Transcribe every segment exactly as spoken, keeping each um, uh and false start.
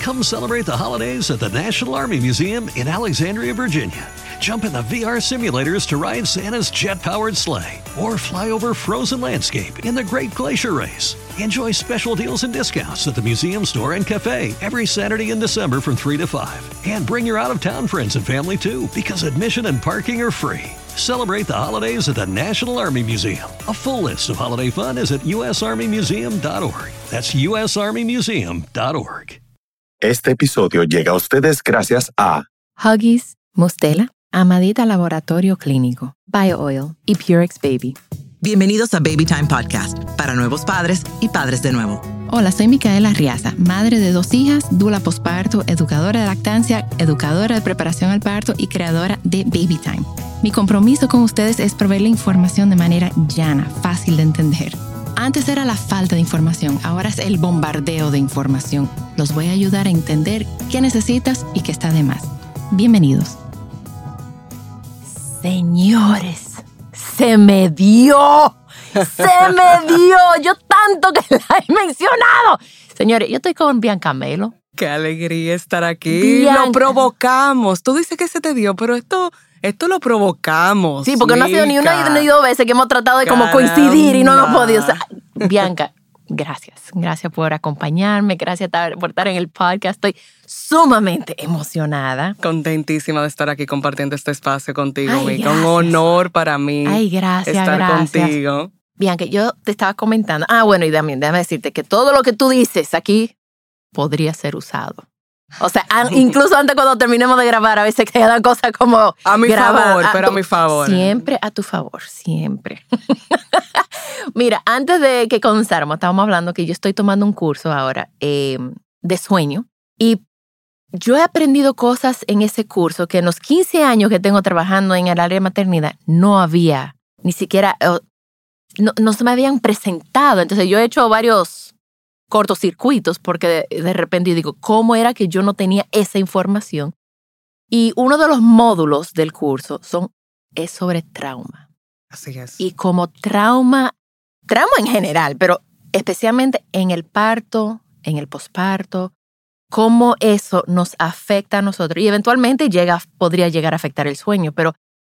Come celebrate the holidays at the National Army Museum in Alexandria, Virginia. Jump in the V R simulators to ride Santa's jet-powered sleigh or fly over frozen landscape in the Great Glacier Race. Enjoy special deals and discounts at the museum store and cafe every Saturday in December from three to five. And bring your out-of-town friends and family too, because admission and parking are free. Celebrate the holidays at the National Army Museum. A full list of holiday fun is at u s army museum dot org. That's u s army museum dot org. Este episodio llega a ustedes gracias a Huggies, Mustela, Amadita Laboratorio Clínico, BioOil y Purex Baby. Bienvenidos a Baby Time Podcast, para nuevos padres y padres de nuevo. Hola, soy Micaela Riaza, madre de dos hijas, dula posparto, educadora de lactancia, educadora de preparación al parto y creadora de Baby Time. Mi compromiso con ustedes es proveerle información de manera llana, fácil de entender. Antes era la falta de información, ahora es el bombardeo de información. Los voy a ayudar a entender qué necesitas y qué está de más. Bienvenidos. Señores, se me dio, se me dio. Yo tanto que la he mencionado. Señores, yo estoy con Bianca Melo. Qué alegría estar aquí. Bianca. Lo provocamos. Tú dices que se te dio, pero esto, esto lo provocamos. Sí, porque Mica. no ha sido ni una ni dos veces que hemos tratado de como Caramba. coincidir y no hemos podido. O sea, Bianca, gracias. Gracias por acompañarme. Gracias por estar en el podcast. Estoy sumamente emocionada. Contentísima de estar aquí compartiendo este espacio contigo, Ay, Mica. Un gracias. honor para mí Ay, gracias, estar gracias. contigo. Bianca, yo te estaba comentando. Ah, bueno, y también déjame decirte que todo lo que tú dices aquí podría ser usado. O sea, an- incluso antes cuando terminemos de grabar, a veces quedan cosas como A mi grabar. favor, Ah, pero a tú- mi favor. Siempre a tu favor, siempre. Mira, antes de que comenzáramos, estábamos hablando que yo estoy tomando un curso ahora eh, de sueño y yo he aprendido cosas en ese curso que en los quince años que tengo trabajando en el área de maternidad no había, ni siquiera, eh, no, no se me habían presentado. Entonces yo he hecho varios cortocircuitos porque de, de repente yo digo, ¿cómo era que yo no tenía esa información? Y uno de los módulos del curso son, es sobre trauma. Así es. Y como trauma, trauma en general, pero especialmente en el parto, en el posparto, cómo eso nos afecta a nosotros. Y eventualmente llega, podría llegar a afectar el sueño, pero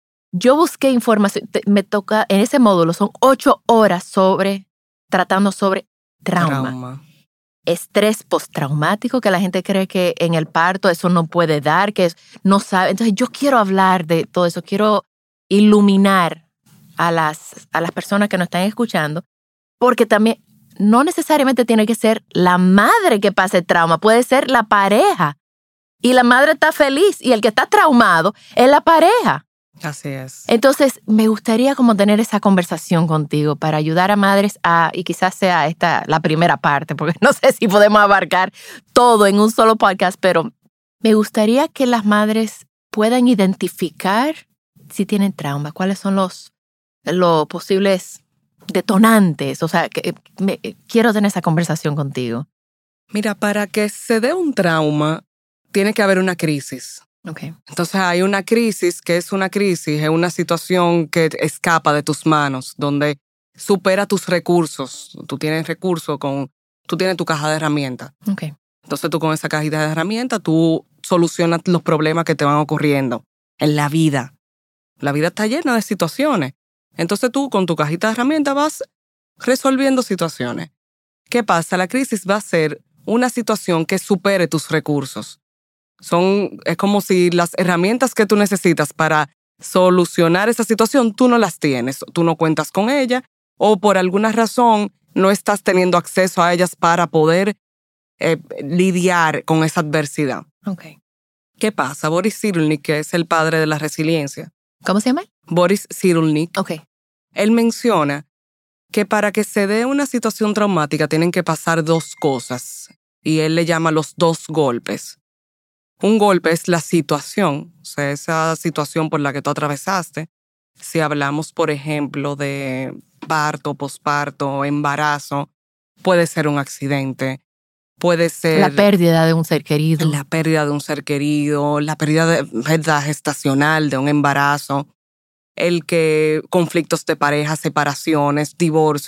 yo busqué información, te- me toca, en ese módulo son ocho horas sobre, tratando sobre trauma. Trauma. Estrés postraumático, que la gente cree que en el parto eso no puede dar, que es- no sabe. Entonces yo quiero hablar de todo eso, quiero iluminar a las, a las personas que nos están escuchando, porque también no necesariamente tiene que ser la madre que pase trauma, puede ser la pareja. Y la madre está feliz y el que está traumado es la pareja. Así es. Entonces, me gustaría como tener esa conversación contigo para ayudar a madres a, y quizás sea esta la primera parte, porque no sé si podemos abarcar todo en un solo podcast, pero me gustaría que las madres puedan identificar si tienen trauma, cuáles son los, los posibles detonantes. O sea, que me, quiero tener esa conversación contigo. Mira, para que se dé un trauma, tiene que haber una crisis. Okay. Entonces hay una crisis, que es una crisis, es una situación que escapa de tus manos, donde supera tus recursos. Tú tienes recursos, con, tú tienes tu caja de herramientas. Okay. Entonces tú con esa cajita de herramientas, tú solucionas los problemas que te van ocurriendo en la vida. La vida está llena de situaciones. Entonces tú con tu cajita de herramientas vas resolviendo situaciones. ¿Qué pasa? La crisis va a ser una situación que supere tus recursos. Son, es como si las herramientas que tú necesitas para solucionar esa situación, tú no las tienes, tú no cuentas con ella o por alguna razón no estás teniendo acceso a ellas para poder eh, lidiar con esa adversidad. Okay. ¿Qué pasa? Boris Cyrulnik, que es el padre de la resiliencia, ¿Cómo se llama? Boris Cyrulnik, Okay. él menciona que para que se dé una situación traumática tienen que pasar dos cosas y él le llama los dos golpes. Un golpe es la situación, o sea, esa situación por la que tú atravesaste. Si hablamos, por ejemplo, de parto, posparto, embarazo, puede ser un accidente, puede ser La pérdida de un ser querido. la pérdida de un ser querido, la pérdida de pérdida gestacional de un embarazo, el que conflictos de pareja, separaciones, divorcios.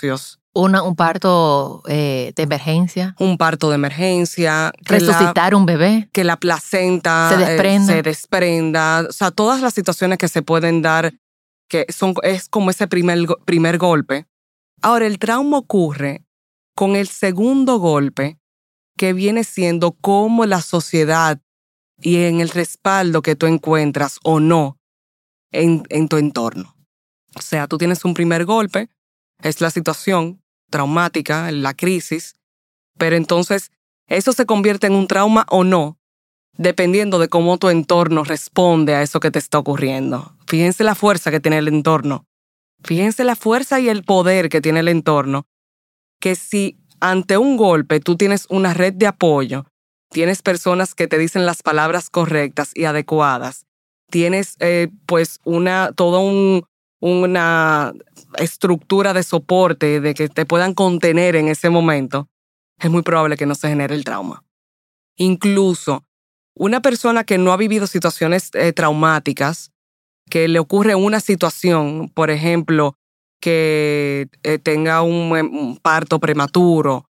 Una, un parto eh, de emergencia. Un parto de emergencia. Que resucitar la, un bebé. Que la placenta se desprenda. Eh, se desprenda. O sea, todas las situaciones que se pueden dar, que son, es como ese primer, primer golpe. Ahora, el trauma ocurre con el segundo golpe, que viene siendo cómo la sociedad y en el respaldo que tú encuentras o no en, en tu entorno. O sea, tú tienes un primer golpe, es la situación traumática, la crisis, pero entonces eso se convierte en un trauma o no, dependiendo de cómo tu entorno responde a eso que te está ocurriendo. Fíjense la fuerza que tiene el entorno. Fíjense la fuerza y el poder que tiene el entorno, que si ante un golpe tú tienes una red de apoyo, tienes personas que te dicen las palabras correctas y adecuadas, tienes eh, pues una, todo un, una estructura de soporte de que te puedan contener en ese momento, es muy probable que no se genere el trauma. Incluso una persona que no ha vivido situaciones eh, traumáticas, que le ocurre una situación, por ejemplo, que eh, tenga un, un parto prematuro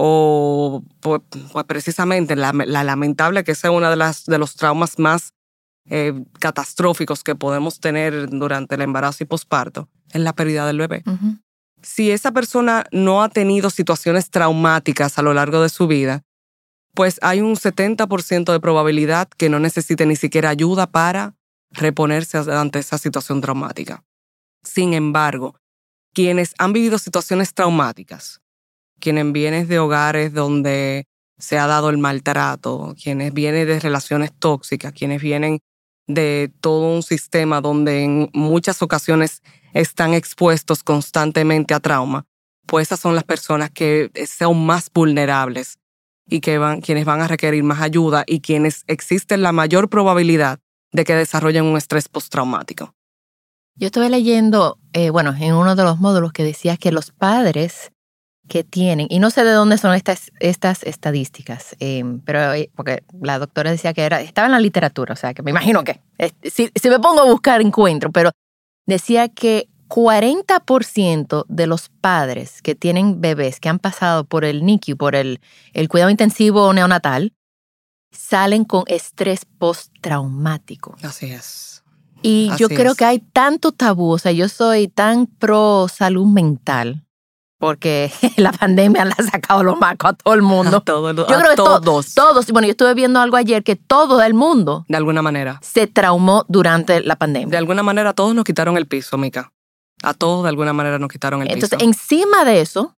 o pues, pues precisamente la, la lamentable que sea uno de, las, de los traumas más eh, catastróficos que podemos tener durante el embarazo y posparto, es la pérdida del bebé. Uh-huh. Si esa persona no ha tenido situaciones traumáticas a lo largo de su vida, pues hay un setenta por ciento de probabilidad que no necesite ni siquiera ayuda para reponerse ante esa situación traumática. Sin embargo, quienes han vivido situaciones traumáticas, quienes vienen de hogares donde se ha dado el maltrato, quienes vienen de relaciones tóxicas, quienes vienen de todo un sistema donde en muchas ocasiones están expuestos constantemente a trauma, pues esas son las personas que son más vulnerables y que van, quienes van a requerir más ayuda y quienes existe la mayor probabilidad de que desarrollen un estrés postraumático. Yo estuve leyendo, eh, bueno, en uno de los módulos que decía que los padres que tienen, y no sé de dónde son estas, estas estadísticas, eh, pero eh, porque la doctora decía que era, estaba en la literatura, o sea, que me imagino que, eh, si, si me pongo a buscar encuentro, pero decía que cuarenta por ciento de los padres que tienen bebés que han pasado por el N I C U, por el, el cuidado intensivo neonatal, salen con estrés postraumático. Así es. Y Así yo creo es. que hay tanto tabú, o sea, yo soy tan pro salud mental, porque la pandemia le ha sacado los macos a todo el mundo. A, todo, yo a creo que todos. To, todos. Bueno, yo estuve viendo algo ayer que todo el mundo De alguna manera. se traumó durante la pandemia. De alguna manera todos nos quitaron el piso, Mica. A todos de alguna manera nos quitaron el Entonces, piso. encima de eso,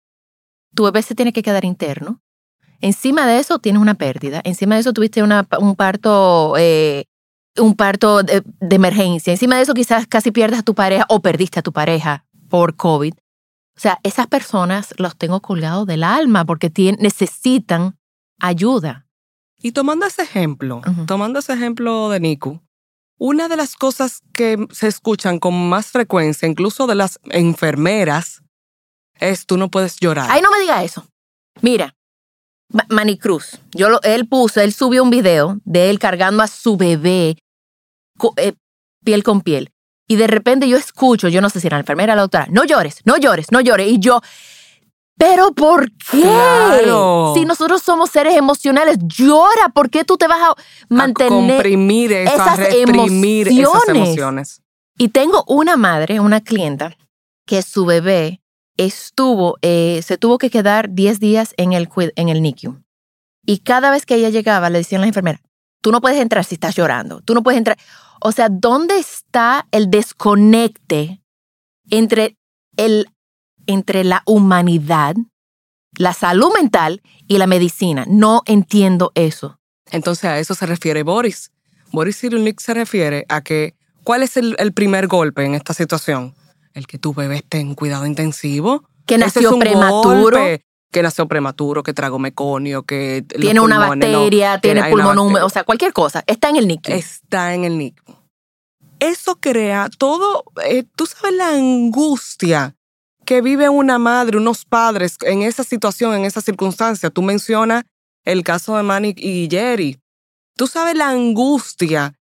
tu bebé se tiene que quedar interno. Encima de eso, tienes una pérdida. Encima de eso, tuviste una, un parto, eh, un parto de, de emergencia. Encima de eso, quizás casi pierdes a tu pareja o perdiste a tu pareja por COVID. O sea, esas personas los tengo colgados del alma porque tienen, necesitan ayuda. Y tomando ese ejemplo, Uh-huh. tomando ese ejemplo de N I C U, una de las cosas que se escuchan con más frecuencia, incluso de las enfermeras, es tú no puedes llorar. Ay, no me diga eso. Mira, Manny Cruz, yo lo, él puso, él subió un video de él cargando a su bebé co, eh, piel con piel. Y de repente yo escucho, yo no sé si era la enfermera o la doctora, no llores, no llores, no llores. Y yo, ¿pero por qué? Claro. Si nosotros somos seres emocionales, llora. ¿Por qué tú te vas a mantener? A comprimir eso, esas a reprimir emociones. esas emociones. Y tengo una madre, una clienta, que su bebé estuvo, eh, se tuvo que quedar diez días en el, en el N I C U. Y cada vez que ella llegaba, le decían a la enfermera, tú no puedes entrar si estás llorando, tú no puedes entrar. O sea, ¿dónde está el desconecte entre, el, entre la humanidad, la salud mental y la medicina? No entiendo eso. Entonces a eso se refiere Boris. Boris Cyrulnik se refiere a que, ¿cuál es el, el primer golpe en esta situación? El que tu bebé esté en cuidado intensivo. Que Ese nació es un prematuro. golpe. Que nació prematuro, que tragó meconio, que... Tiene una bacteria, no, tiene pulmón húmedo, o sea, cualquier cosa. Está en el N I C U. Está en el N I C U. Eso crea todo... Eh, tú sabes la angustia que vive una madre, unos padres en esa situación, en esa circunstancia. Tú mencionas el caso de Manny y Jerry. Tú sabes la angustia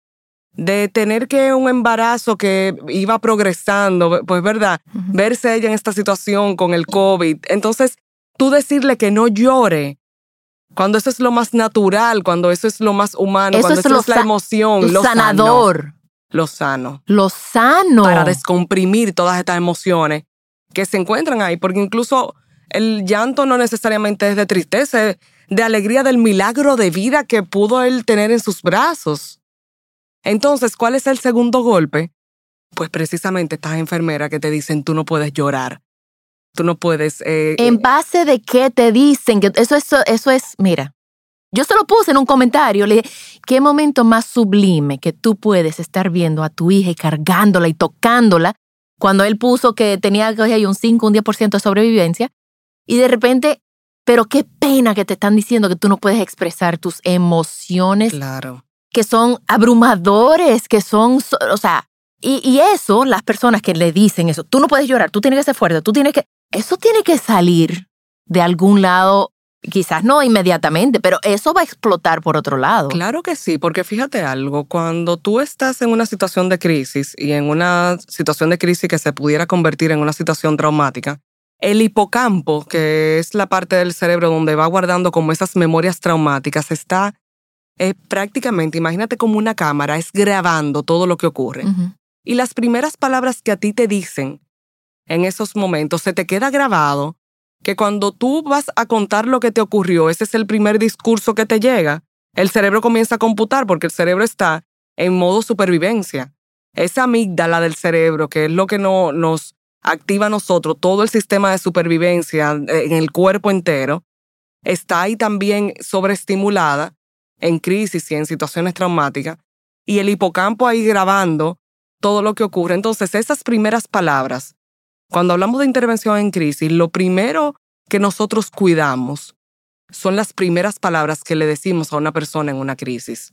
de tener que un embarazo que iba progresando, pues verdad, uh-huh. verse ella en esta situación con el COVID. Entonces, tú decirle que no llore, cuando eso es lo más natural, cuando eso es lo más humano, eso cuando es eso lo es la sa- emoción, lo sanador. Sano, lo sano. Lo sano. Para descomprimir todas estas emociones que se encuentran ahí, porque incluso el llanto no necesariamente es de tristeza, es de alegría del milagro de vida que pudo él tener en sus brazos. Entonces, ¿cuál es el segundo golpe? Pues precisamente estas enfermeras que te dicen, tú no puedes llorar, tú no puedes... Eh, ¿En base de qué te dicen? Que eso, eso, eso es, mira, yo se lo puse en un comentario, le dije, ¿qué momento más sublime que tú puedes estar viendo a tu hija y cargándola y tocándola cuando él puso que tenía un cinco, un diez por ciento de sobrevivencia y de repente, pero qué pena que te están diciendo que tú no puedes expresar tus emociones. Claro. Que son abrumadores, que son, o sea, y, y eso, las personas que le dicen eso, tú no puedes llorar, tú tienes que ser fuerte, tú tienes que, eso tiene que salir de algún lado, quizás no inmediatamente, pero eso va a explotar por otro lado. Claro que sí, porque fíjate algo, cuando tú estás en una situación de crisis y en una situación de crisis que se pudiera convertir en una situación traumática, el hipocampo, que es la parte del cerebro donde va guardando como esas memorias traumáticas, está... Es prácticamente, imagínate como una cámara, es grabando todo lo que ocurre. Uh-huh. Y las primeras palabras que a ti te dicen en esos momentos, se te queda grabado que cuando tú vas a contar lo que te ocurrió, ese es el primer discurso que te llega, el cerebro comienza a computar porque el cerebro está en modo supervivencia. Esa amígdala del cerebro, que es lo que no, nos activa a nosotros, todo el sistema de supervivencia en el cuerpo entero, está ahí también sobreestimulada en crisis y en situaciones traumáticas, y el hipocampo ahí grabando todo lo que ocurre. Entonces, esas primeras palabras, cuando hablamos de intervención en crisis, lo primero que nosotros cuidamos son las primeras palabras que le decimos a una persona en una crisis,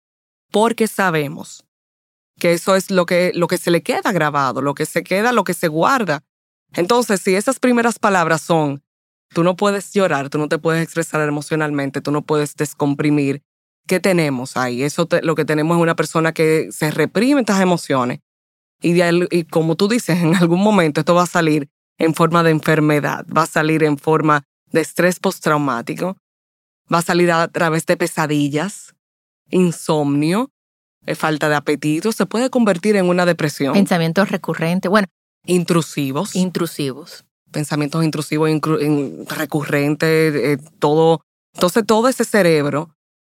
porque sabemos que eso es lo que, lo que se le queda grabado, lo que se queda, lo que se guarda. Entonces, si esas primeras palabras son, tú no puedes llorar, tú no te puedes expresar emocionalmente, tú no puedes descomprimir, ¿qué tenemos ahí? Eso te, lo que tenemos es una persona que se reprime estas emociones y, de, y como tú dices, en algún momento esto va a salir en forma de enfermedad, va a salir en forma de estrés postraumático, va a salir a través de pesadillas, insomnio, falta de apetito, se puede convertir en una depresión. Pensamientos recurrentes, bueno. Intrusivos. Intrusivos. Pensamientos intrusivos, incru- in, recurrentes, eh, todo. Entonces todo ese cerebro,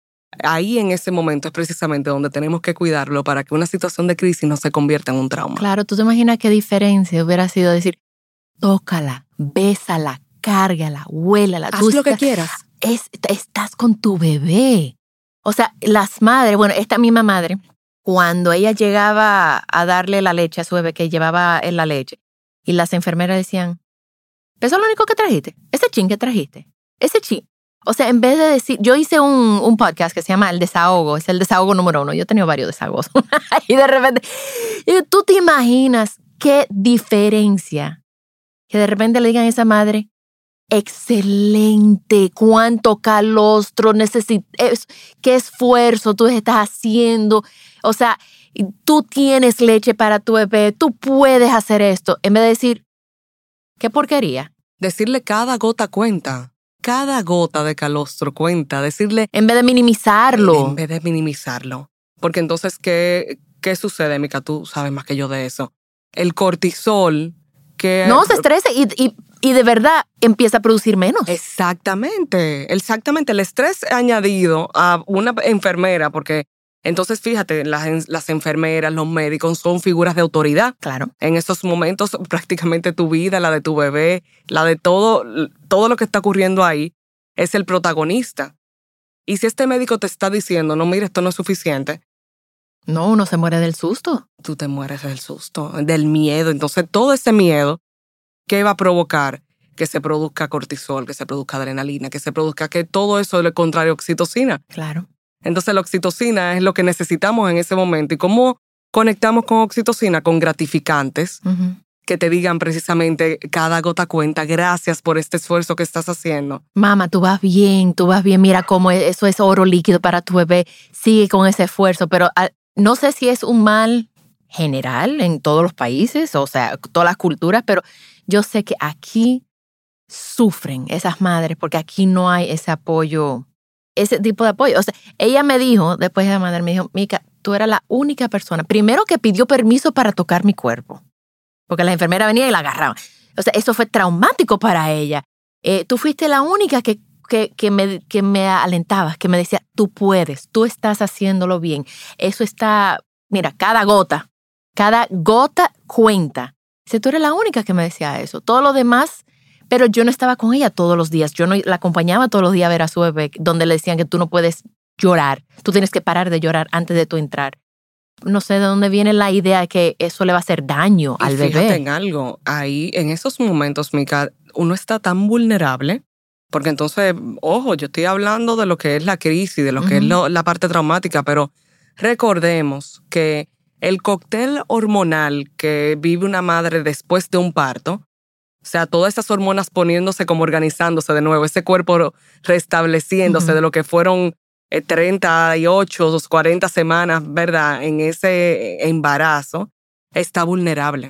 ahí en ese momento es precisamente donde tenemos que cuidarlo para que una situación de crisis no se convierta en un trauma. Claro, tú te imaginas qué diferencia hubiera sido decir, tócala, bésala, cárgala, huélala. Haz tú lo estás, que quieras. Es, estás con tu bebé. O sea, las madres, bueno, esta misma madre, cuando ella llegaba a darle la leche a su bebé, que llevaba en la leche, y las enfermeras decían, ¿eso es lo único que trajiste? ¿Ese chin que trajiste? ¿Ese chin? O sea, en vez de decir, yo hice un, un podcast que se llama El Desahogo, es el desahogo número uno. Yo he tenido varios desahogos. Y de repente, tú te imaginas qué diferencia que de repente le digan a esa madre, excelente, cuánto calostro necesitas, qué esfuerzo tú estás haciendo. O sea, tú tienes leche para tu bebé, tú puedes hacer esto. En vez de decir, qué porquería. Decirle cada gota cuenta. Cada gota de calostro cuenta, decirle... En vez de minimizarlo. En vez de minimizarlo. Porque entonces, ¿qué, qué sucede, Mica? Tú sabes más que yo de eso. El cortisol que... No, se estresa y, y, y de verdad empieza a producir menos. Exactamente, exactamente. El estrés añadido a una enfermera, porque entonces, fíjate, las, las enfermeras, los médicos son figuras de autoridad. Claro. En esos momentos, prácticamente tu vida, la de tu bebé, la de todo, todo lo que está ocurriendo ahí, es el protagonista. Y si este médico te está diciendo, no, mira, esto no es suficiente. No, uno se muere del susto. Tú te mueres del susto, del miedo. Entonces, todo ese miedo, ¿qué va a provocar? Que se produzca cortisol, que se produzca adrenalina, que se produzca que todo eso es lo contrario a oxitocina. Claro. Entonces la oxitocina es lo que necesitamos en ese momento. ¿Y cómo conectamos con oxitocina? Con gratificantes Uh-huh. que te digan precisamente cada gota cuenta, gracias por este esfuerzo que estás haciendo. Mamá, tú vas bien, tú vas bien, mira cómo eso es oro líquido para tu bebé, sigue con ese esfuerzo, pero no sé si es un mal general en todos los países, o sea, todas las culturas, pero yo sé que aquí sufren esas madres porque aquí no hay ese apoyo, ese tipo de apoyo. O sea, ella me dijo, después de la madre me dijo, Mica, tú eras la única persona, primero que pidió permiso para tocar mi cuerpo, porque la enfermera venía y la agarraba. O sea, eso fue traumático para ella. Eh, tú fuiste la única que, que, que, me, que me alentabas, que me decía, tú puedes, tú estás haciéndolo bien. Eso está, mira, cada gota, cada gota cuenta. Dice, tú eres la única que me decía eso. Todo lo demás, pero yo no estaba con ella todos los días. Yo no la acompañaba todos los días a ver a su bebé, donde le decían que tú no puedes llorar. Tú tienes que parar de llorar antes de tú entrar. No sé de dónde viene la idea de que eso le va a hacer daño y al fíjate bebé. en algo, ahí en esos momentos, Mica, uno está tan vulnerable, porque entonces, ojo, yo estoy hablando de lo que es la crisis, de lo que uh-huh. es lo, la parte traumática, pero recordemos que el cóctel hormonal que vive una madre después de un parto, o sea, todas esas hormonas poniéndose como organizándose de nuevo, ese cuerpo restableciéndose uh-huh. de lo que fueron treinta y ocho, cuarenta semanas, ¿verdad? En ese embarazo, está vulnerable,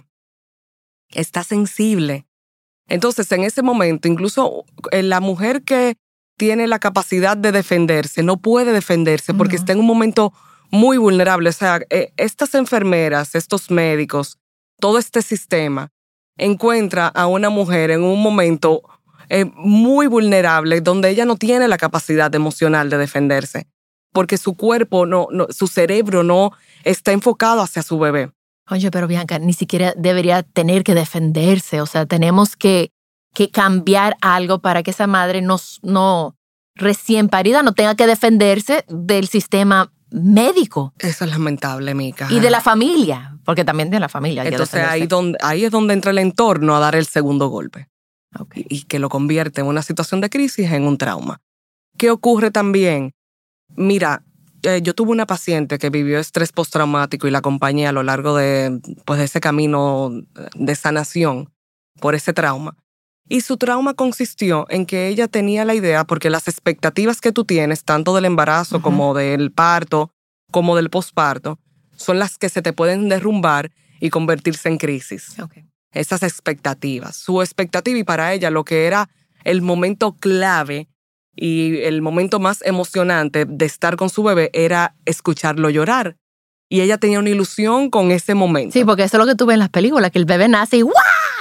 está sensible. Entonces, en ese momento, incluso la mujer que tiene la capacidad de defenderse, no puede defenderse porque no. está en un momento muy vulnerable. O sea, estas enfermeras, estos médicos, todo este sistema, encuentra a una mujer en un momento Eh, muy vulnerable, donde ella no tiene la capacidad emocional de defenderse, porque su cuerpo, no, no, su cerebro no está enfocado hacia su bebé. Oye, pero Bianca, ni siquiera debería tener que defenderse, o sea, tenemos que, que cambiar algo para que esa madre no, no recién parida no tenga que defenderse del sistema médico. Eso es lamentable, Mica. Y de la familia, porque también de la familia. Entonces ahí, donde, ahí es donde entra el entorno a dar el segundo golpe. Okay. Y que lo convierte en una situación de crisis en un trauma. ¿Qué ocurre también? Mira, eh, yo tuve una paciente que vivió estrés postraumático y la acompañé a lo largo de, pues, de ese camino de sanación por ese trauma. Y su trauma consistió en que ella tenía la idea, porque las expectativas que tú tienes, tanto del embarazo uh-huh. como del parto, como del posparto, son las que se te pueden derrumbar y convertirse en crisis. Okay. Esas expectativas, su expectativa, y para ella lo que era el momento clave y el momento más emocionante de estar con su bebé era escucharlo llorar. Y ella tenía una ilusión con ese momento. Sí, porque eso es lo que tú ves en las películas, que el bebé nace y ¡guau!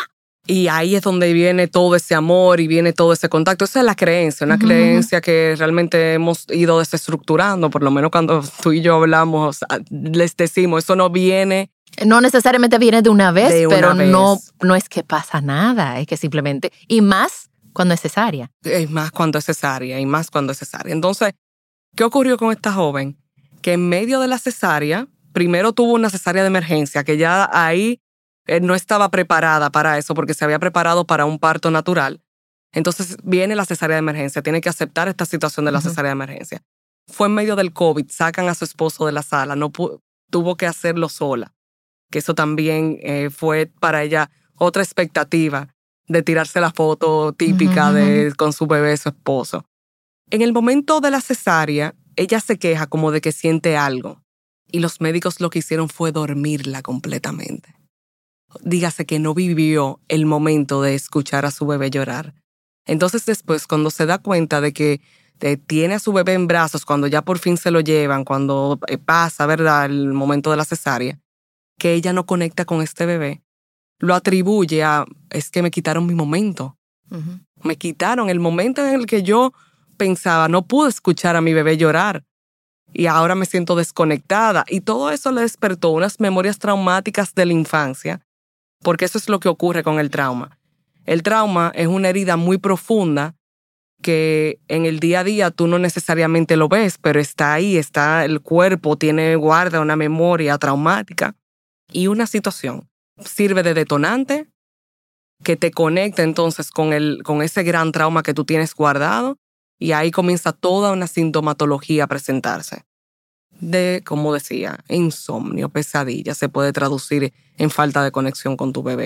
Y ahí es donde viene todo ese amor y viene todo ese contacto. Esa es la creencia, una uh-huh. creencia que realmente hemos ido desestructurando, por lo menos cuando tú y yo hablamos, les decimos, eso no viene... No necesariamente viene de una vez, de una pero vez. No, no es que pasa nada, es que simplemente... Y más cuando es cesárea. Y más cuando es cesárea, y más cuando es cesárea. Entonces, ¿qué ocurrió con esta joven? Que en medio de la cesárea, primero tuvo una cesárea de emergencia, que ya ahí eh, no estaba preparada para eso, porque se había preparado para un parto natural. Entonces viene la cesárea de emergencia, tiene que aceptar esta situación de la uh-huh. cesárea de emergencia. Fue en medio del COVID, sacan a su esposo de la sala, no pu- tuvo que hacerlo sola. Que eso también eh, fue para ella otra expectativa de tirarse la foto típica uh-huh. de, con su bebé, su esposo. En el momento de la cesárea, ella se queja como de que siente algo y los médicos lo que hicieron fue dormirla completamente. Dígase que no vivió el momento de escuchar a su bebé llorar. Entonces después, cuando se da cuenta de que de, tiene a su bebé en brazos, cuando ya por fin se lo llevan, cuando eh, pasa, ¿verdad?, el momento de la cesárea, que ella no conecta con este bebé, lo atribuye a, es que me quitaron mi momento. Uh-huh. Me quitaron el momento en el que yo pensaba, no pude escuchar a mi bebé llorar y ahora me siento desconectada. Y todo eso le despertó unas memorias traumáticas de la infancia, porque eso es lo que ocurre con el trauma. El trauma es una herida muy profunda que en el día a día tú no necesariamente lo ves, pero está ahí, está el cuerpo, tiene, guarda una memoria traumática. Y una situación sirve de detonante que te conecta entonces con, el, con ese gran trauma que tú tienes guardado y ahí comienza toda una sintomatología a presentarse. De, como decía, insomnio, pesadilla, se puede traducir en falta de conexión con tu bebé,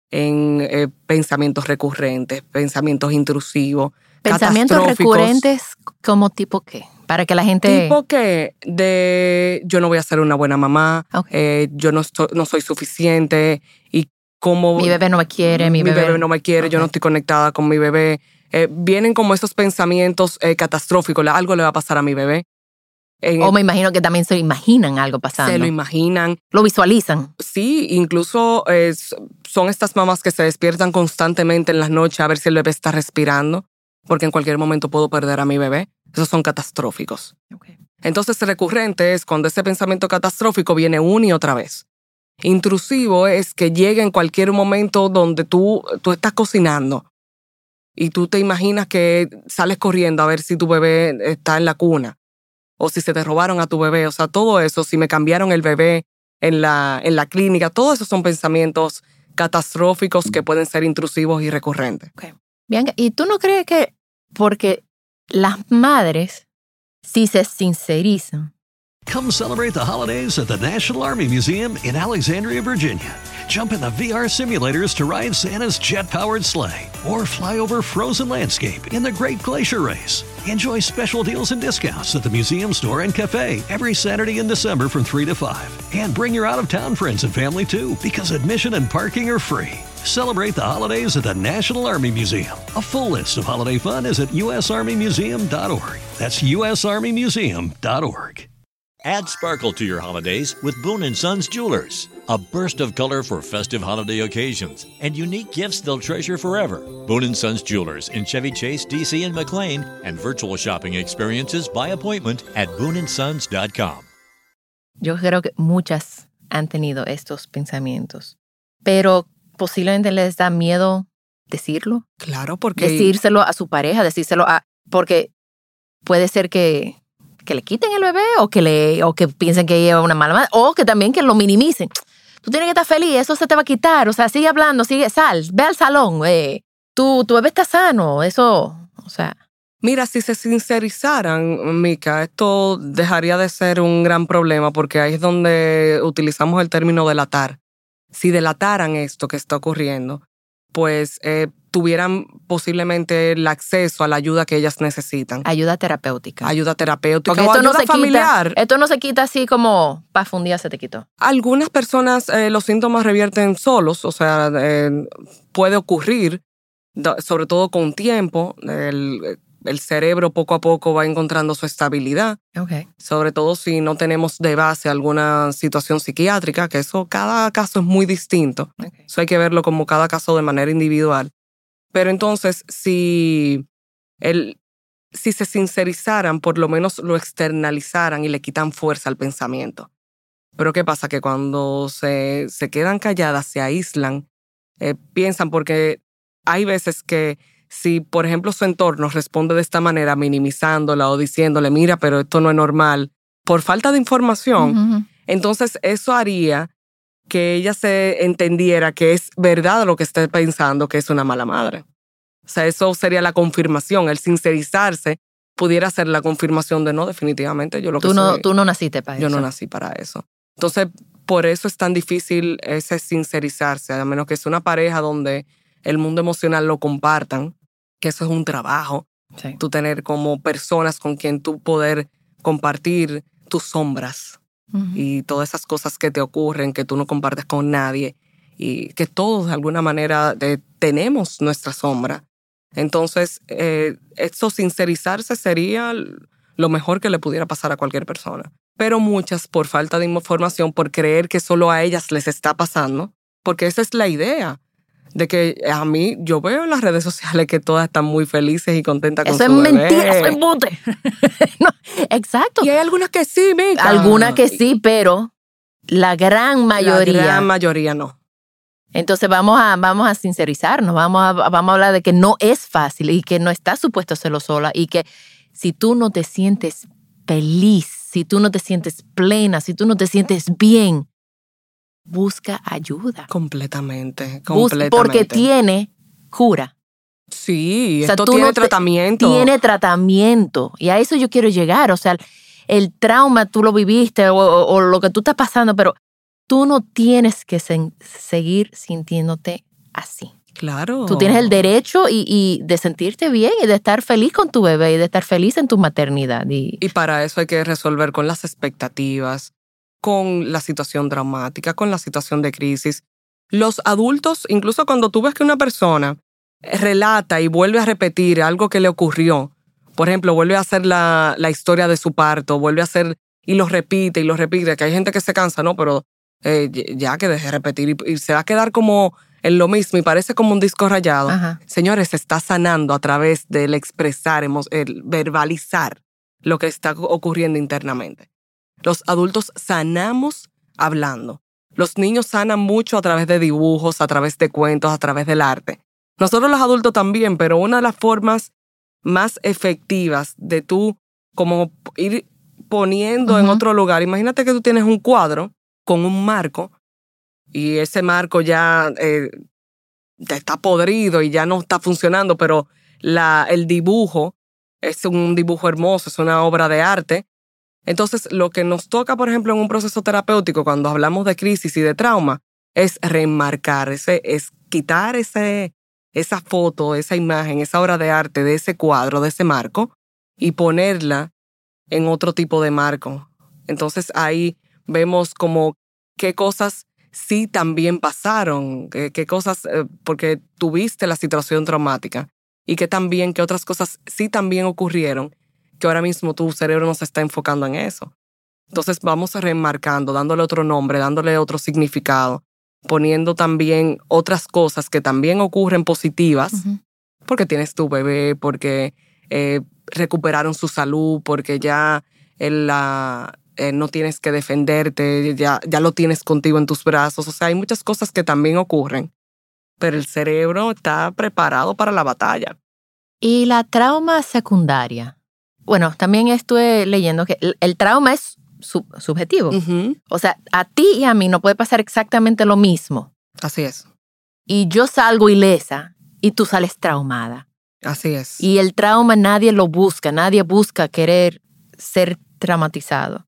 en eh, pensamientos recurrentes, pensamientos intrusivos, Pensamientos catastróficos. recurrentes, ¿como tipo qué? Para que la gente... Tipo que de yo no voy a ser una buena mamá, Ok. eh, yo no, estoy, no soy suficiente y cómo... Mi bebé no me quiere, mi, mi bebé, no me quiere, yo no Ok. estoy conectada con mi bebé. Eh, vienen como esos pensamientos eh, catastróficos, la- algo le va a pasar a mi bebé. En O el- me imagino que también se imaginan algo pasando. se lo imaginan. Lo visualizan. Sí, incluso eh, s- son estas mamás que se despiertan constantemente en las noches a ver si el bebé está respirando, porque en cualquier momento puedo perder a mi bebé. Esos son catastróficos. Okay. Entonces, recurrente es cuando ese pensamiento catastrófico viene una y otra vez. Intrusivo es que llega en cualquier momento donde tú, tú estás cocinando y tú te imaginas que sales corriendo a ver si tu bebé está en la cuna o si se te robaron a tu bebé. O sea, todo eso, si me cambiaron el bebé en la, en la clínica, todos esos son pensamientos catastróficos que pueden ser intrusivos y recurrentes. Bianca, ¿y tú no crees que porque las madres, si se sincerizan, Come celebrate the holidays at the National Army Museum in Alexandria, Virginia. Jump in the V R simulators to ride Santa's jet-powered sleigh or fly over frozen landscape in the Great Glacier Race. Enjoy special deals and discounts at the museum store and cafe every Saturday in December from three to five. And bring your out-of-town friends and family too, because admission and parking are free. Celebrate the holidays at the National Army Museum. A full list of holiday fun is at u s army museum dot org. That's u s army museum dot org. Add sparkle to your holidays with Boone and Sons Jewelers. A burst of color for festive holiday occasions and unique gifts they'll treasure forever. Boone and Sons Jewelers in Chevy Chase, D C, and McLean, and virtual shopping experiences by appointment at boone and sons dot com. yo creo que muchas han tenido estos pensamientos, pero posiblemente les da miedo decirlo, Claro, porque... decírselo a su pareja, decírselo a... Porque puede ser que, que le quiten el bebé o que, le, o que piensen que ella es una mala madre o que también que lo minimicen. Tú tienes que estar feliz, eso se te va a quitar. O sea, sigue hablando, sigue, sal, ve al salón. Eh, tu, tu bebé está sano, eso, o sea... Mira, si se sincerizaran, Mica, esto dejaría de ser un gran problema porque ahí es donde utilizamos el término delatar. Si delataran esto que está ocurriendo, pues eh, tuvieran posiblemente el acceso a la ayuda que ellas necesitan. Ayuda terapéutica. Ayuda terapéutica Porque o esto no ayuda se familiar. quita, esto no se quita así como paf, un día se te quitó. Algunas personas eh, los síntomas revierten solos, o sea, eh, puede ocurrir, do- sobre todo con tiempo. El, el cerebro poco a poco va encontrando su estabilidad. Okay. Sobre todo si no tenemos de base alguna situación psiquiátrica, que eso, cada caso es muy distinto. Okay. Eso hay que verlo como cada caso de manera individual. Pero entonces, si, el, si se sincerizaran, por lo menos lo externalizaran y le quitan fuerza al pensamiento. Pero ¿qué pasa? Que cuando se, se quedan calladas, se aíslan, eh, piensan, porque hay veces que si, por ejemplo, su entorno responde de esta manera, minimizándola o diciéndole, mira, pero esto no es normal, por falta de información, Uh-huh. entonces eso haría que ella se entendiera que es verdad lo que está pensando, que es una mala madre. O sea, eso sería la confirmación. El sincerizarse pudiera ser la confirmación de no, definitivamente yo lo que Tú no, soy, tú no naciste para yo eso. no nací para eso. Entonces, por eso es tan difícil ese sincerizarse, a menos que sea una pareja donde el mundo emocional lo compartan, que eso es un trabajo. Sí. Tú tener como personas con quien tú poder compartir tus sombras Uh-huh. y todas esas cosas que te ocurren, que tú no compartes con nadie y que todos de alguna manera de, tenemos nuestra sombra. Entonces, eh, eso sincerizarse sería lo mejor que le pudiera pasar a cualquier persona. Pero muchas, por falta de información, por creer que solo a ellas les está pasando, porque esa es la idea, de que a mí, yo veo en las redes sociales que todas están muy felices y contentas con Eso su es bebé. mentira, eso es embute. No, exacto. Y hay algunas que sí, Mica. Algunas que sí, pero la gran mayoría. La gran mayoría no. Entonces vamos a, vamos a sincerizarnos, vamos a, vamos a hablar de que no es fácil y que no estás supuesto a hacerlo sola y que si tú no te sientes feliz, si tú no te sientes plena, si tú no te sientes bien, busca ayuda. Completamente, Busca, completamente. porque tiene cura. Sí, O sea, esto tú tiene no te- tratamiento. Tiene tratamiento. Y a eso yo quiero llegar. O sea, el trauma tú lo viviste o, o- o lo que tú estás pasando, pero tú no tienes que sen- seguir sintiéndote así. Claro. Tú tienes el derecho y, y de sentirte bien y de estar feliz con tu bebé y de estar feliz en tu maternidad. Y, y para eso hay que resolver con las expectativas, con la situación traumática, con la situación de crisis. Los adultos, incluso cuando tú ves que una persona relata y vuelve a repetir algo que le ocurrió, por ejemplo, vuelve a hacer la, la historia de su parto, vuelve a hacer y lo repite y lo repite, que hay gente que se cansa, ¿no? Pero eh, ya que deje de repetir y, y se va a quedar como en lo mismo y parece como un disco rayado. Ajá. Señores, se está sanando a través del expresar, el verbalizar lo que está ocurriendo internamente. Los adultos sanamos hablando. Los niños sanan mucho a través de dibujos, a través de cuentos, a través del arte. Nosotros los adultos también, pero una de las formas más efectivas de tú como ir poniendo uh-huh. en otro lugar. Imagínate que tú tienes un cuadro con un marco y ese marco ya, eh, ya está podrido y ya no está funcionando, pero la, el dibujo es un dibujo hermoso, es una obra de arte. Entonces, lo que nos toca, por ejemplo, en un proceso terapéutico, cuando hablamos de crisis y de trauma, es remarcar, ese, es quitar ese, esa foto, esa imagen, esa obra de arte de ese cuadro, de ese marco, y ponerla en otro tipo de marco. Entonces, ahí vemos como qué cosas sí también pasaron, qué, qué cosas, eh, porque tuviste la situación traumática, y que también, qué otras cosas sí también ocurrieron, que ahora mismo tu cerebro no se está enfocando en eso. Entonces vamos remarcando, dándole otro nombre, dándole otro significado, poniendo también otras cosas que también ocurren positivas, uh-huh. porque tienes tu bebé, porque eh, recuperaron su salud, porque ya el, la, eh, no tienes que defenderte, ya, ya lo tienes contigo en tus brazos. O sea, hay muchas cosas que también ocurren, pero el cerebro está preparado para la batalla. ¿Y la trauma secundaria? Bueno, también estuve leyendo que el, el trauma es sub, subjetivo. Uh-huh. O sea, a ti y a mí no puede pasar exactamente lo mismo. Así es. Y yo salgo ilesa y tú sales traumada. Así es. Y el trauma nadie lo busca, nadie busca querer ser traumatizado.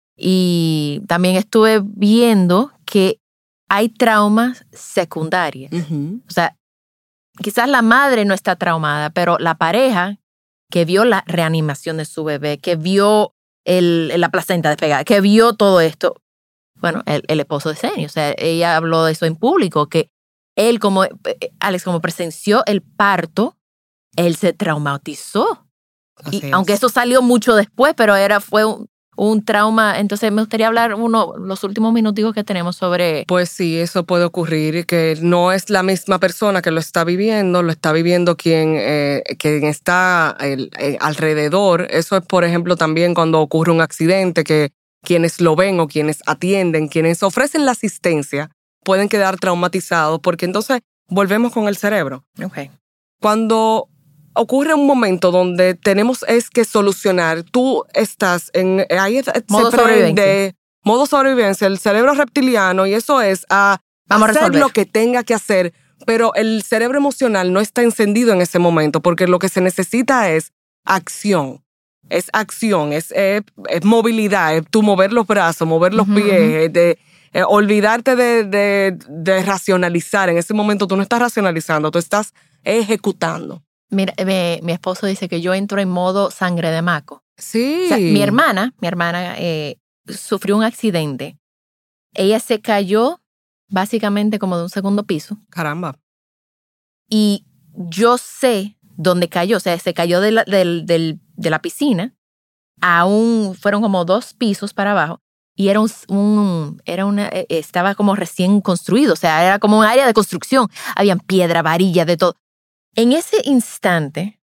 Y también estuve viendo que hay traumas secundarios. Uh-huh. O sea, quizás la madre no está traumada, pero la pareja que vio la reanimación de su bebé, que vio el, la placenta despegada, que vio todo esto. Bueno, el, el esposo de Zeni, o sea, ella habló de eso en público, que él como, Alex, como presenció el parto, él se traumatizó. Así y es. Aunque eso salió mucho después, pero era, fue un, un trauma. Entonces me gustaría hablar uno, los últimos minutos que tenemos sobre... Pues sí, eso puede ocurrir, que no es la misma persona que lo está viviendo, lo está viviendo quien, eh, quien está el, eh, alrededor. Eso es, por ejemplo, también cuando ocurre un accidente, que quienes lo ven o quienes atienden, quienes ofrecen la asistencia, pueden quedar traumatizados, porque entonces volvemos con el cerebro. Okay. Cuando ocurre un momento donde tenemos es que solucionar, tú estás en... Ahí modo se sobrevivencia. prende modo sobrevivencia, el cerebro reptiliano, y eso es a Vamos hacer a resolver lo que tenga que hacer, pero el cerebro emocional no está encendido en ese momento, porque lo que se necesita es acción. Es acción, es, es, es movilidad, es tú mover los brazos, mover los uh-huh, pies, de, eh, olvidarte de, de, de racionalizar. En ese momento tú no estás racionalizando, tú estás ejecutando. Mira, mi, mi esposo dice que yo entro en modo sangre de maco. Sí. O sea, mi hermana, mi hermana eh, sufrió un accidente. Ella se cayó básicamente como de un segundo piso. Caramba. Y yo sé dónde cayó. O sea, se cayó de la, del, del, de la piscina. A un, fueron como dos pisos para abajo. Y era un, un era una, estaba como recién construido. O sea, era como un área de construcción. Habían piedra, varilla, de todo. En ese instante,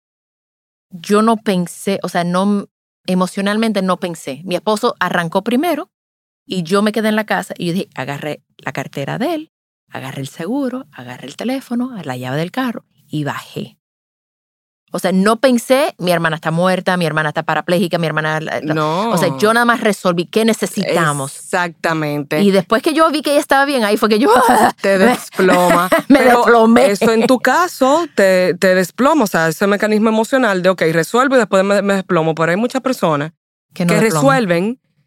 yo no pensé, o sea, no, emocionalmente no pensé. Mi esposo arrancó primero y yo me quedé en la casa y yo dije, agarré la cartera de él, agarré el seguro, agarré el teléfono, la llave del carro y bajé. O sea, no pensé, mi hermana está muerta, mi hermana está parapléjica, mi hermana... No. O sea, yo nada más resolví qué necesitamos. Exactamente. Y después que yo vi que ella estaba bien, ahí fue que yo... Te desploma. me Pero desplomé. Eso en tu caso te, te desploma. O sea, ese mecanismo emocional de, ok, resuelvo y después me, me desplomo. Pero hay muchas personas que, no que resuelven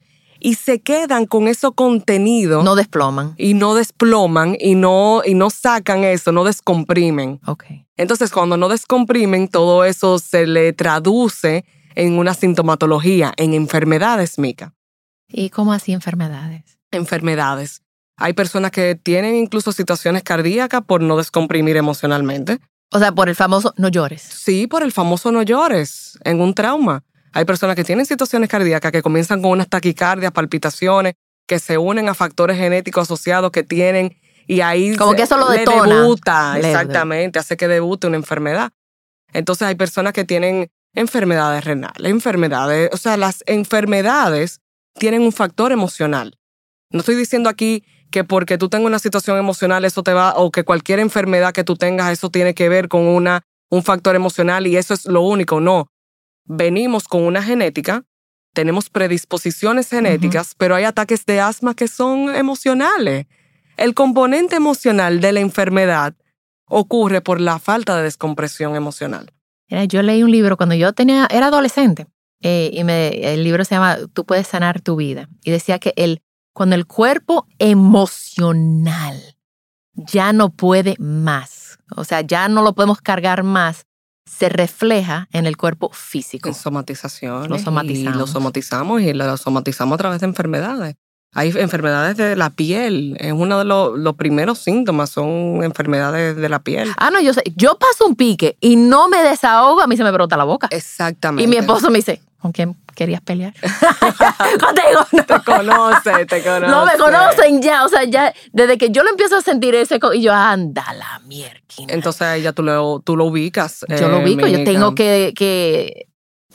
y se quedan con eso contenido. No desploman. Y no desploman y no, y no sacan eso, no descomprimen. Okay. Entonces, cuando no descomprimen, todo eso se le traduce en una sintomatología, en enfermedades, Mica. ¿Y cómo así enfermedades? Enfermedades. Hay personas que tienen incluso situaciones cardíacas por no descomprimir emocionalmente. O sea, por el famoso no llores. Sí, por el famoso no llores en un trauma. Hay personas que tienen situaciones cardíacas que comienzan con unas taquicardias, palpitaciones, que se unen a factores genéticos asociados que tienen y ahí como que eso lo detona. Le debuta, le exactamente, hace que debute una enfermedad. Entonces hay personas que tienen enfermedades renales, enfermedades, o sea, las enfermedades tienen un factor emocional. No estoy diciendo aquí que porque tú tengas una situación emocional eso te va, o que cualquier enfermedad que tú tengas eso tiene que ver con una, un factor emocional y eso es lo único, no. Venimos con una genética, tenemos predisposiciones genéticas, uh-huh. pero hay ataques de asma que son emocionales. El componente emocional de la enfermedad ocurre por la falta de descompresión emocional. Mira, yo leí un libro cuando yo tenía, era adolescente eh, y me, el libro se llama Tú puedes sanar tu vida y decía que el, cuando el cuerpo emocional ya no puede más, o sea, ya no lo podemos cargar más, se refleja en el cuerpo físico. En somatización. Lo somatizamos. Y lo somatizamos y lo somatizamos a través de enfermedades. Hay enfermedades de la piel. Es uno de los, los primeros síntomas, son enfermedades de la piel. Ah, no, yo sé. Yo paso un pique y no me desahogo, a mí se me brota la boca. Exactamente. Y mi esposo me dice, ¿con quién querías pelear? Contigo, no. Te conoce, te conoce. No, me conocen ya. O sea, ya desde que yo lo empiezo a sentir ese, y yo, anda la mierda. Entonces ya tú lo, tú lo ubicas. Yo eh, lo ubico, yo tengo que... que...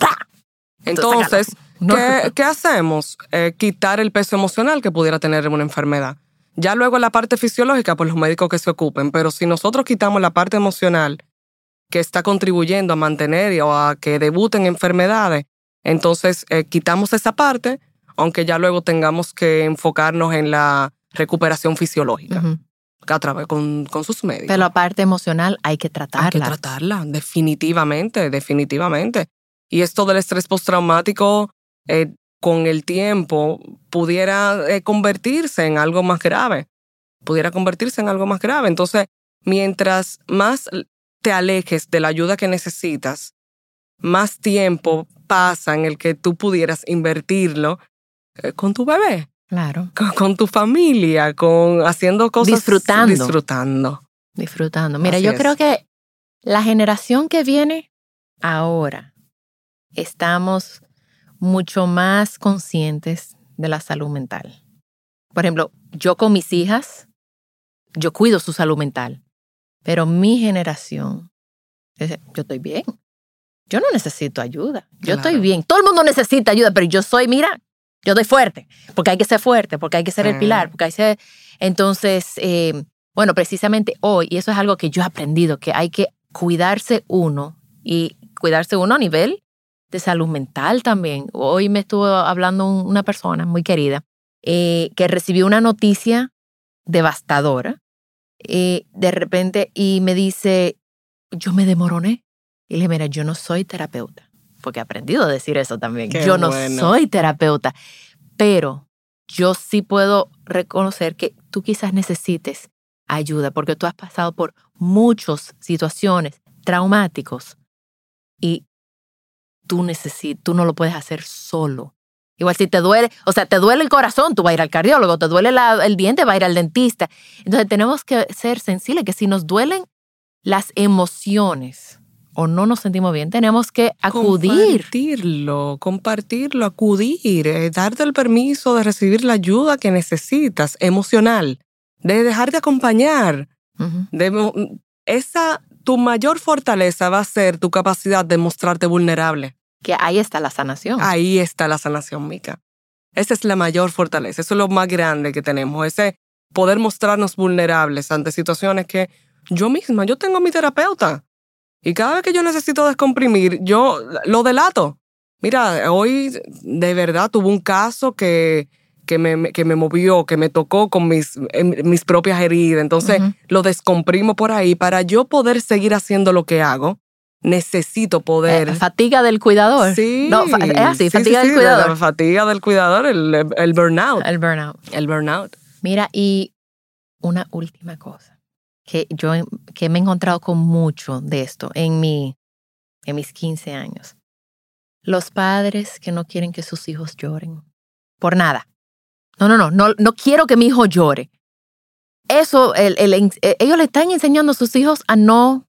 Entonces, no. ¿qué, ¿qué hacemos? Eh, quitar el peso emocional que pudiera tener una enfermedad. Ya luego la parte fisiológica, pues los médicos que se ocupen. Pero si nosotros quitamos la parte emocional que está contribuyendo a mantener o a que debuten enfermedades, entonces eh, quitamos esa parte, aunque ya luego tengamos que enfocarnos en la recuperación fisiológica. Uh-huh. A través con, con sus médicos. Pero la parte emocional hay que tratarla. Hay que tratarla, definitivamente, definitivamente. Y esto del estrés postraumático, eh, con el tiempo, pudiera eh, convertirse en algo más grave. Pudiera convertirse en algo más grave. Entonces, mientras más te alejes de la ayuda que necesitas, más tiempo pasa en el que tú pudieras invertirlo eh, con tu bebé. Claro. Con, con tu familia, con haciendo cosas. Disfrutando. Disfrutando. Disfrutando. Mira, Así yo es. creo que la generación que viene ahora estamos mucho más conscientes de la salud mental. Por ejemplo, yo con mis hijas, yo cuido su salud mental, pero mi generación, yo estoy bien. Yo no necesito ayuda. Yo Claro. estoy bien. Todo el mundo necesita ayuda, pero yo soy, mira, yo estoy fuerte, porque hay que ser fuerte, porque hay que ser el pilar, porque hay que ser... Entonces, eh, bueno, precisamente hoy, y eso es algo que yo he aprendido, que hay que cuidarse uno y cuidarse uno a nivel de salud mental también. Hoy me estuvo hablando una persona muy querida eh, que recibió una noticia devastadora eh, de repente y me dice, yo me desmoroné. Y le dije, mira, yo no soy terapeuta. Porque he aprendido a decir eso también. Qué yo no bueno. soy terapeuta, pero yo sí puedo reconocer que tú quizás necesites ayuda porque tú has pasado por muchas situaciones traumáticos y tú, necesi- tú no lo puedes hacer solo. Igual si te duele, o sea, te duele el corazón, tú vas a ir al cardiólogo, te duele la, el diente, vas a ir al dentista. Entonces tenemos que ser sensibles, que si nos duelen las emociones o no nos sentimos bien, tenemos que acudir. Compartirlo, compartirlo, acudir, eh, darte el permiso de recibir la ayuda que necesitas, emocional, de dejarte acompañar. Uh-huh. De, esa, tu mayor fortaleza va a ser tu capacidad de mostrarte vulnerable. Que ahí está la sanación. Ahí está la sanación, Mica. Esa es la mayor fortaleza, eso es lo más grande que tenemos, ese poder mostrarnos vulnerables ante situaciones que yo misma, yo tengo a mi terapeuta. Y cada vez que yo necesito descomprimir, yo lo delato. Mira, hoy de verdad tuve un caso que, que, me, que me movió, que me tocó con mis, mis propias heridas. Entonces, uh-huh. lo descomprimo por ahí para yo poder seguir haciendo lo que hago, necesito poder... Eh, fatiga del cuidador. Sí. No, fa- es así, sí, fatiga sí, del sí, cuidador. La fatiga del cuidador, el, el burnout. El burnout. El burnout. Mira, y una última cosa, que yo que me he encontrado con mucho de esto en, mi, en mis quince años. Los padres que no quieren que sus hijos lloren. Por nada. No, no, no, no, no quiero que mi hijo llore. Eso, el, el, el, ellos le están enseñando a sus hijos a no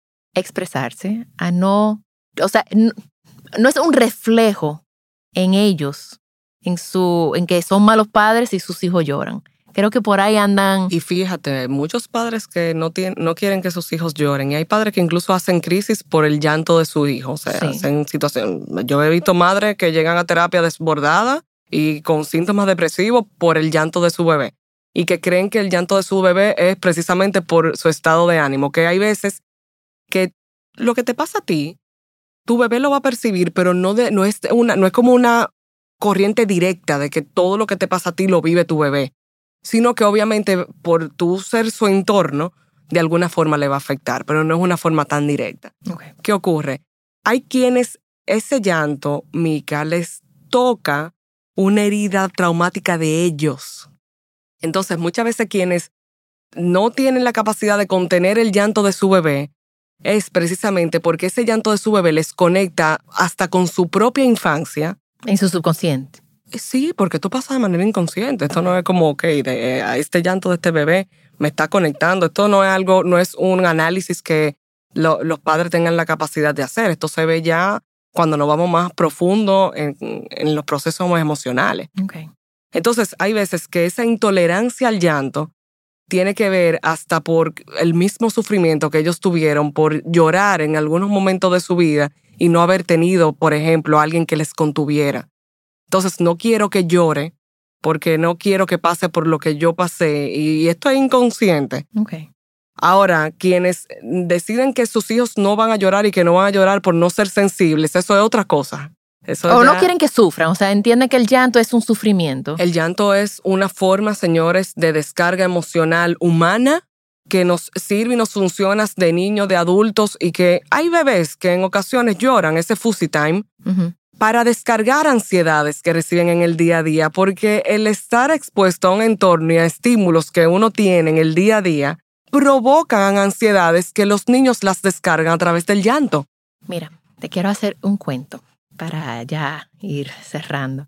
expresarse, a no, o sea, no, no es un reflejo en ellos, en su, en que son malos padres y sus hijos lloran. Creo que por ahí andan. Y fíjate, muchos padres que no, tienen, no quieren que sus hijos lloren. Y hay padres que incluso hacen crisis por el llanto de su hijo. O sea, Sí. hacen situación. Yo he visto madres que llegan a terapia desbordadas y con síntomas depresivos por el llanto de su bebé. Y que creen que el llanto de su bebé es precisamente por su estado de ánimo. Que hay veces que lo que te pasa a ti, tu bebé lo va a percibir, pero no, de, no, es, una, no es como una corriente directa de que todo lo que te pasa a ti lo vive tu bebé. Sino que obviamente por tu ser su entorno, de alguna forma le va a afectar, pero no es una forma tan directa. Okay. ¿Qué ocurre? Hay quienes ese llanto, Mica, les toca una herida traumática de ellos. Entonces, muchas veces quienes no tienen la capacidad de contener el llanto de su bebé es precisamente porque ese llanto de su bebé les conecta hasta con su propia infancia. En su subconsciente. Sí, porque esto pasa de manera inconsciente. Esto no es como, ok, de, eh, a este llanto de este bebé me está conectando. Esto no es algo, no es un análisis que lo, los padres tengan la capacidad de hacer. Esto se ve ya cuando nos vamos más profundo en, en los procesos emocionales. Okay. Entonces, hay veces que esa intolerancia al llanto tiene que ver hasta por el mismo sufrimiento que ellos tuvieron por llorar en algunos momentos de su vida y no haber tenido, por ejemplo, alguien que les contuviera. Entonces, no quiero que llore porque no quiero que pase por lo que yo pasé y esto es inconsciente. Okay. Ahora, quienes deciden que sus hijos no van a llorar y que no van a llorar por no ser sensibles, eso es otra cosa. Eso O ya, no quieren que sufran, o sea, entienden que el llanto es un sufrimiento. El llanto es una forma, señores, de descarga emocional humana que nos sirve y nos funciona de niños, de adultos y que hay bebés que en ocasiones lloran, ese fussy time, Uh-huh. para descargar ansiedades que reciben en el día a día, porque el estar expuesto a un entorno y a estímulos que uno tiene en el día a día provocan ansiedades que los niños las descargan a través del llanto. Mira, te quiero hacer un cuento para ya ir cerrando.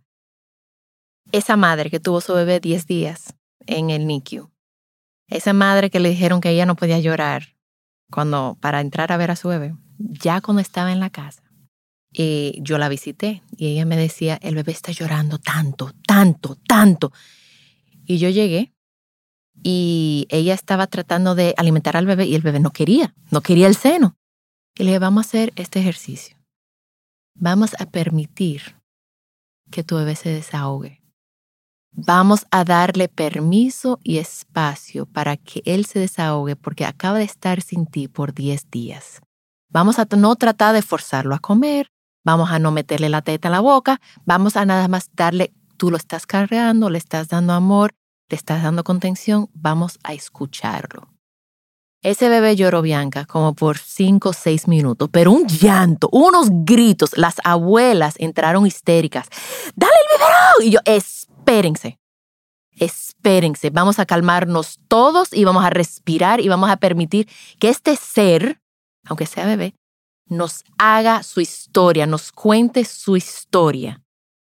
Esa madre que tuvo su bebé diez días en el N I C U, esa madre que le dijeron que ella no podía llorar cuando, para entrar a ver a su bebé, ya cuando estaba en la casa, Eh, yo la visité y ella me decía, el bebé está llorando tanto, tanto, tanto. Y yo llegué y ella estaba tratando de alimentar al bebé y el bebé no quería, no quería el seno. Y le dije, vamos a hacer este ejercicio. Vamos a permitir que tu bebé se desahogue. Vamos a darle permiso y espacio para que él se desahogue porque acaba de estar sin ti por diez días. Vamos a no tratar de forzarlo a comer. Vamos a no meterle la teta a la boca, vamos a nada más darle, tú lo estás cargando, le estás dando amor, le estás dando contención, vamos a escucharlo. Ese bebé lloró, Bianca, como por cinco o seis minutos, pero un llanto, unos gritos, las abuelas entraron histéricas. ¡Dale el biberón! Y yo, espérense, espérense, vamos a calmarnos todos y vamos a respirar y vamos a permitir que este ser, aunque sea bebé, nos haga su historia, nos cuente su historia.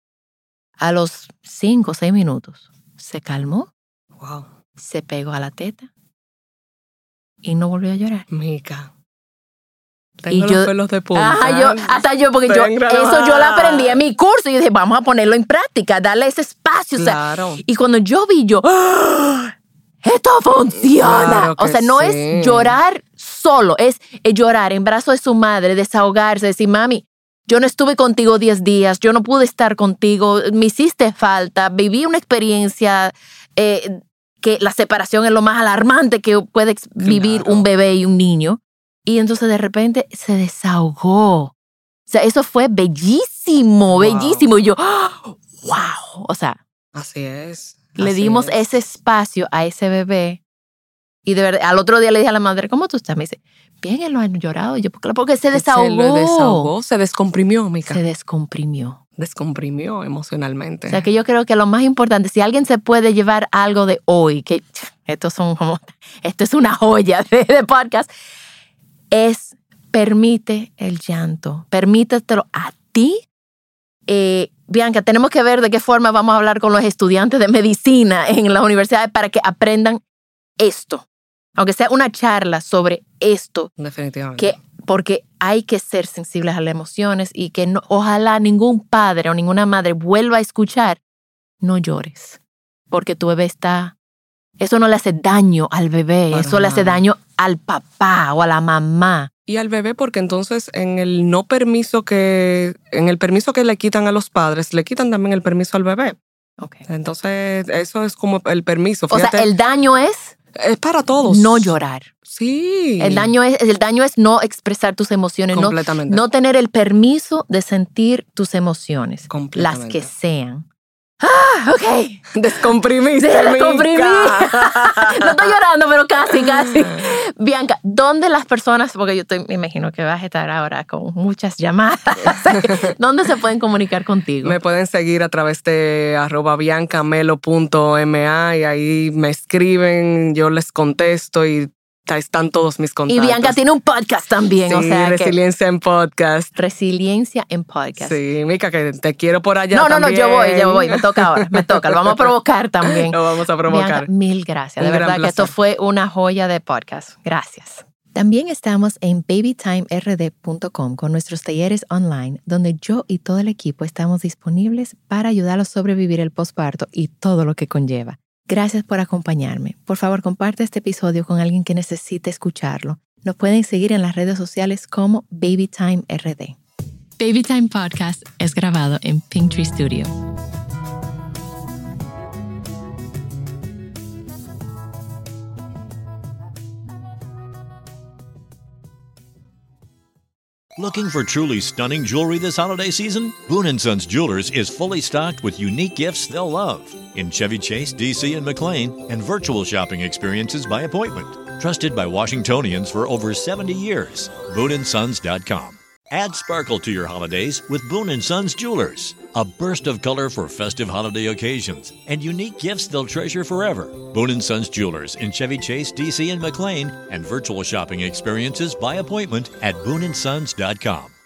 A los cinco o seis minutos se calmó, Wow. se pegó a la teta y no volvió a llorar. Mica. Tengo Y los yo- pelos de punta. Ajá, yo, hasta yo, porque yo, Tengo- eso yo lo aprendí en mi curso y yo dije, vamos a ponerlo en práctica, darle ese espacio. O sea, Claro. y cuando yo vi, yo, ¡ah! ¡Esto funciona! Claro que O sea, no sí. es llorar solo, es, es llorar en brazos de su madre, desahogarse, decir, mami, yo no estuve contigo diez días, yo no pude estar contigo, me hiciste falta, viví una experiencia eh, que la separación es lo más alarmante que puede ex- vivir Claro. un bebé y un niño. Y entonces de repente se desahogó. O sea, eso fue bellísimo, Wow. bellísimo. Y yo, ¡ah! ¡wow! O sea, Así es. le así dimos es. ese espacio a ese bebé Y de verdad, al otro día le dije a la madre, ¿cómo tú estás? Me dice, bien, él lo ha llorado. Y yo, porque se desahogó. Se le desahogó, se descomprimió, Mica. Se descomprimió. Descomprimió emocionalmente. O sea, que yo creo que lo más importante, si alguien se puede llevar algo de hoy, que estos son como, esto es una joya de, de podcast, es permite el llanto, permítetelo a ti. Eh, Bianca, tenemos que ver de qué forma vamos a hablar con los estudiantes de medicina en las universidades para que aprendan esto, aunque sea una charla sobre esto. Definitivamente. Que, porque hay que ser sensibles a las emociones y que no, ojalá ningún padre o ninguna madre vuelva a escuchar, no llores, porque tu bebé está... Eso no le hace daño al bebé, Para eso nada. Le hace daño al papá o a la mamá. Y al bebé, porque entonces en el no permiso que, en el permiso que le quitan a los padres, le quitan también el permiso al bebé. Okay. Entonces, eso es como el permiso. Fíjate, o sea, el daño es... Es para todos. No llorar. Sí. El daño es, el daño es no expresar tus emociones. Completamente. No, no tener el permiso de sentir tus emociones. Completamente. Las que sean. ¡Ah! Ok. Descomprimiste, sí, descomprimí. No estoy llorando, pero casi, casi. Bianca, ¿dónde las personas, porque yo estoy, me imagino que vas a estar ahora con muchas llamadas, ¿dónde se pueden comunicar contigo? Me pueden seguir a través de arroba biancamelo punto ma y ahí me escriben, yo les contesto y están todos mis contactos. Y Bianca tiene un podcast también. Sí, o sea Resiliencia que, en Podcast. Resiliencia en Podcast. Sí, Mica, que te quiero por allá No, no, también. no, yo voy, yo voy. Me toca ahora, me toca. Lo vamos a provocar también. Lo vamos a provocar. Bianca, mil gracias. Un de verdad gran que esto placer. fue una joya de podcast. Gracias. También estamos en baby time r d punto com con nuestros talleres online, donde yo y todo el equipo estamos disponibles para ayudarlos a sobrevivir el posparto y todo lo que conlleva. Gracias por acompañarme. Por favor, comparte este episodio con alguien que necesite escucharlo. Nos pueden seguir en las redes sociales como baby time r d. Baby Time Podcast es grabado en Pinktree Studio. Looking for truly stunning jewelry this holiday season? Boone and Sons Jewelers is fully stocked with unique gifts they'll love in Chevy Chase, D C, and McLean, and virtual shopping experiences by appointment. Trusted by Washingtonians for over seventy years. Boone and Sons dot com. Add sparkle to your holidays with Boone and Sons Jewelers. A burst of color for festive holiday occasions and unique gifts they'll treasure forever. Boone and Sons Jewelers in Chevy Chase, D C, and McLean, and virtual shopping experiences by appointment at Boone and Sons dot com.